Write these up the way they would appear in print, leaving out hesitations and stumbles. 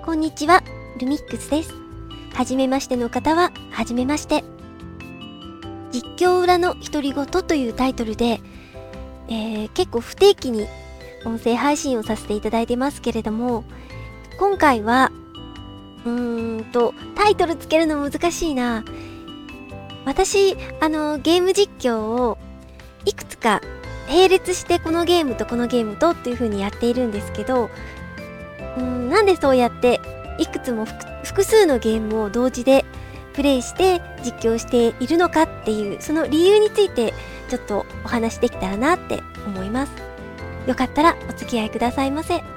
こんにちは、ルミックスです。はじめましての方は、はじめまして。実況裏の独り言というタイトルで、結構不定期に音声配信をさせていただいてますけれども、今回は、タイトルつけるの難しいな。私、ゲーム実況をいくつか並列してこのゲームとこのゲームとっていう風にやっているんですけど、なんでそうやっていくつも複数のゲームを同時でプレイして実況しているのかっていうその理由についてちょっとお話できたらなって思います。よかったらお付き合いくださいませ。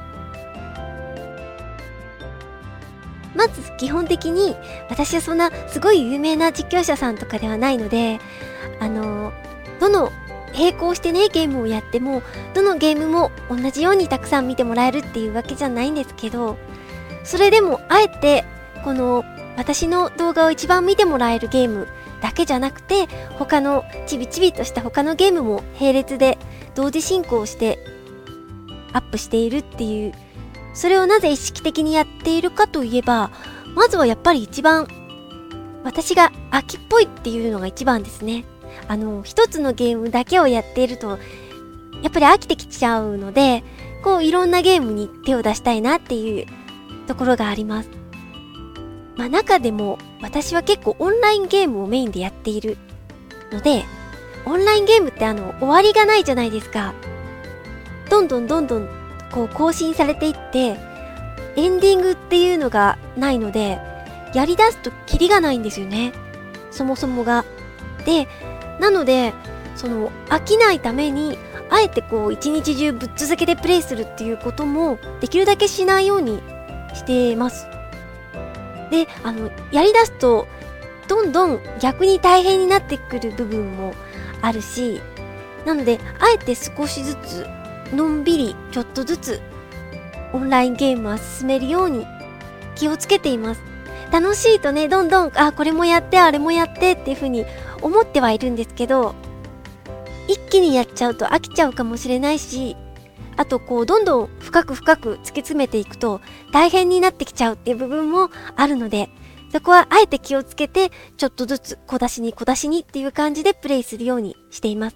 まず基本的に私はそんなすごい有名な実況者さんとかではないので、どの並行してねゲームをやってもどのゲームも同じようにたくさん見てもらえるっていうわけじゃないんですけど、それでもあえてこの私の動画を一番見てもらえるゲームだけじゃなくて、他のちびちびとした他のゲームも並列で同時進行してアップしているっていう、それをなぜ意識的にやっているかといえば、まずはやっぱり一番私が秋っぽいっていうのが一番ですね。一つのゲームだけをやっているとやっぱり飽きてきちゃうので、こういろんなゲームに手を出したいなっていうところがあります。中でも私は結構オンラインゲームをメインでやっているので、オンラインゲームって終わりがないじゃないですか。どんどんこう更新されていってエンディングっていうのがないので、やりだすとキリがないんですよね、そもそもが。でなので飽きないためにあえてこう一日中ぶっ続けてプレイするっていうこともできるだけしないようにしてます。でやりだすとどんどん逆に大変になってくる部分もあるし、なのであえて少しずつのんびりちょっとずつオンラインゲームは進めるように気をつけています。楽しいとね、どんどんこれもやってあれもやってっていう風に思ってはいるんですけど、一気にやっちゃうと飽きちゃうかもしれないし、あとこうどんどん深く突き詰めていくと大変になってきちゃうっていう部分もあるので、そこはあえて気をつけてちょっとずつ小出しにっていう感じでプレイするようにしています。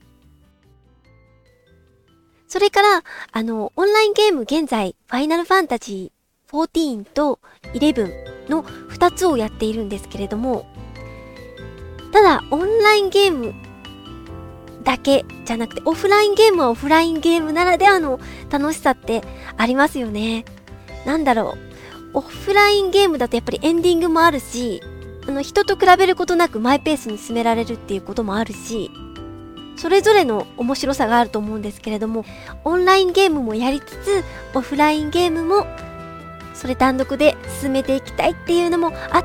それからオンラインゲーム現在ファイナルファンタジー14と11の2つをやっているんですけれども、ただオンラインゲームだけじゃなくてオフラインゲームはオフラインゲームならではの楽しさってありますよね。オフラインゲームだとやっぱりエンディングもあるし、人と比べることなくマイペースに進められるっていうこともあるし、それぞれの面白さがあると思うんですけれども、オンラインゲームもやりつつオフラインゲームもそれ単独で進めていきたいっていうのもあって、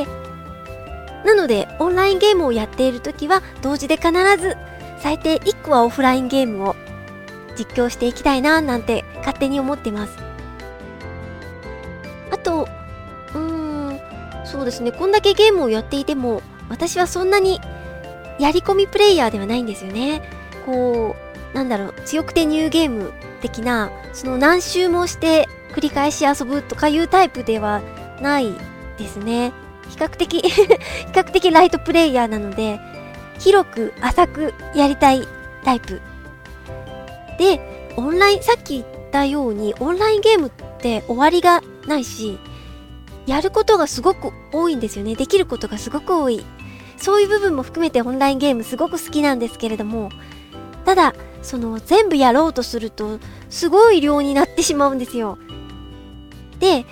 なのでオンラインゲームをやっているときは同時で必ず最低1個はオフラインゲームを実況していきたいななんて勝手に思ってます。あとそうですね、こんだけゲームをやっていても私はそんなにやり込みプレイヤーではないんですよね。強くてニューゲーム的な何周もして繰り返し遊ぶとかいうタイプではないですね。比較的ライトプレイヤーなので、広く浅くやりたいタイプで、さっき言ったようにオンラインゲームって終わりがないし、やることがすごく多いんですよね。できることがすごく多い。そういう部分も含めてオンラインゲームすごく好きなんですけれども、ただ全部やろうとするとすごい量になってしまうんですよ。で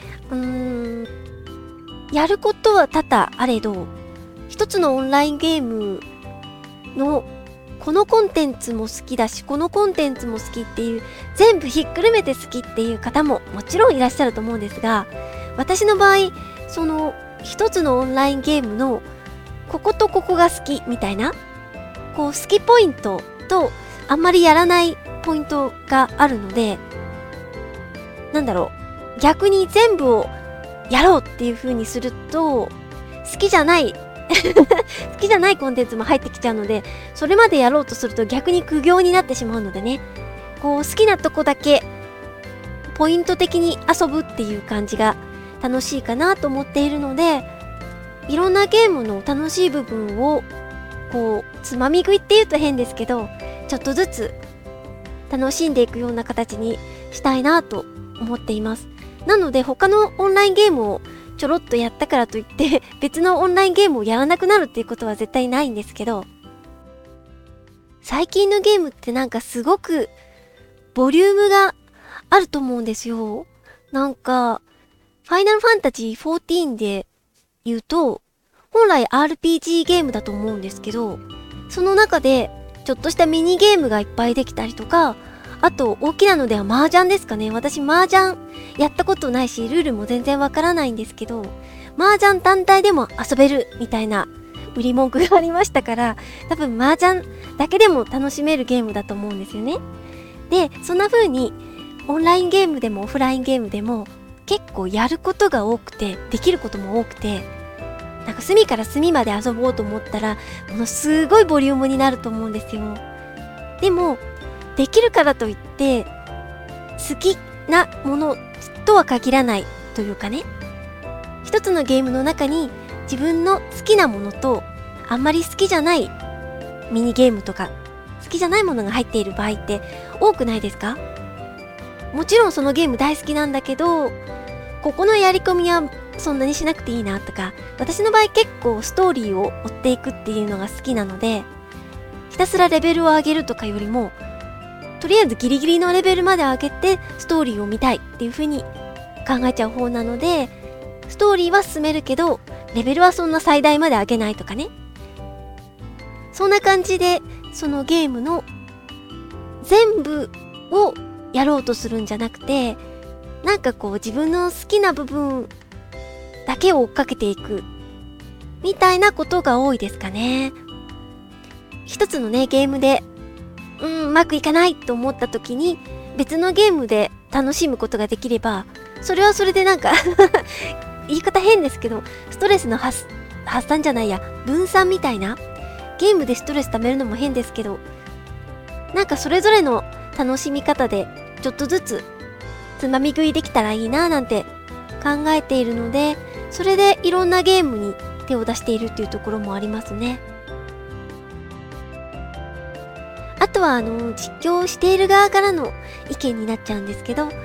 やることは多々あれど、一つのオンラインゲームのこのコンテンツも好きだしこのコンテンツも好きっていう、全部ひっくるめて好きっていう方ももちろんいらっしゃると思うんですが、私の場合一つのオンラインゲームのこことここが好きみたいな好きポイントとあんまりやらないポイントがあるので、逆に全部をやろうっていう風にすると好きじゃないコンテンツも入ってきちゃうので、それまでやろうとすると逆に苦行になってしまうのでね、好きなとこだけポイント的に遊ぶっていう感じが楽しいかなと思っているので、いろんなゲームの楽しい部分をこうつまみ食いって言うと変ですけど、ちょっとずつ楽しんでいくような形にしたいなと思っています。なので他のオンラインゲームをちょろっとやったからといって別のオンラインゲームをやらなくなるっていうことは絶対ないんですけど、最近のゲームってなんかすごくボリュームがあると思うんですよ。なんかファイナルファンタジー14で言うと、本来 RPG ゲームだと思うんですけど、その中でちょっとしたミニゲームがいっぱいできたりとか、あと大きなのでは麻雀ですかね。私麻雀やったことないし、ルールも全然わからないんですけど、麻雀単体でも遊べるみたいな売り文句がありましたから、多分麻雀だけでも楽しめるゲームだと思うんですよね。で、そんな風にオンラインゲームでもオフラインゲームでも結構やることが多くて、できることも多くて、なんか隅から隅まで遊ぼうと思ったらものすごいボリュームになると思うんですよ。でもできるからといって好きなものとは限らないというかね、一つのゲームの中に自分の好きなものとあんまり好きじゃないミニゲームとか好きじゃないものが入っている場合って多くないですか？もちろんそのゲーム大好きなんだけど、ここのやり込みはそんなにしなくていいなとか、私の場合結構ストーリーを追っていくっていうのが好きなので、ひたすらレベルを上げるとかよりも、とりあえずギリギリのレベルまで上げてストーリーを見たいっていう風に考えちゃう方なので、ストーリーは進めるけどレベルはそんな最大まで上げないとかね、そんな感じでそのゲームの全部をやろうとするんじゃなくて、なんかこう自分の好きな部分だけを追っかけていくみたいなことが多いですかね。一つのねゲームでうまくいかないと思った時に別のゲームで楽しむことができれば、それはそれでなんか言い方変ですけど、ストレスの発散じゃないや、分散みたいな、ゲームでストレス溜めるのも変ですけど、なんかそれぞれの楽しみ方でちょっとずつつまみ食いできたらいいななんて考えているので、それでいろんなゲームに手を出しているっていうところもありますね。あとは実況をしている側からの意見になっちゃうんですけど、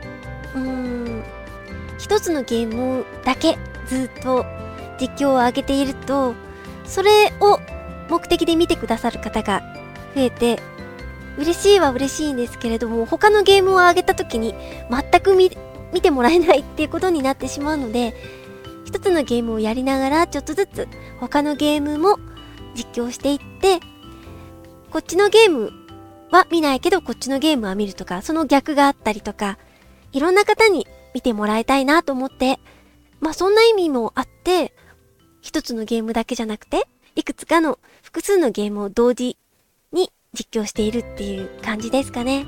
一つのゲームだけずっと実況を上げていると、それを目的で見てくださる方が増えて、嬉しいは嬉しいんですけれども、他のゲームを上げた時に全く見てもらえないっていうことになってしまうので、一つのゲームをやりながらちょっとずつ他のゲームも実況していって、こっちのゲームは見ないけどこっちのゲームは見るとか、その逆があったりとか、いろんな方に見てもらいたいなと思って、そんな意味もあって、一つのゲームだけじゃなくていくつかの複数のゲームを同時に実況しているっていう感じですかね。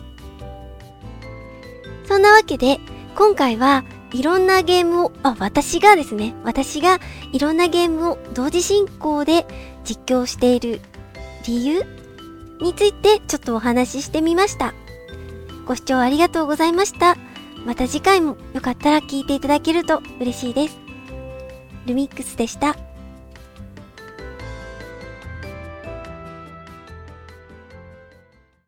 そんなわけで今回はいろんなゲームを私がいろんなゲームを同時進行で実況している理由についてちょっとお話ししてみました。ご視聴ありがとうございました。また次回もよかったら聞いていただけると嬉しいです。ルミックスでした。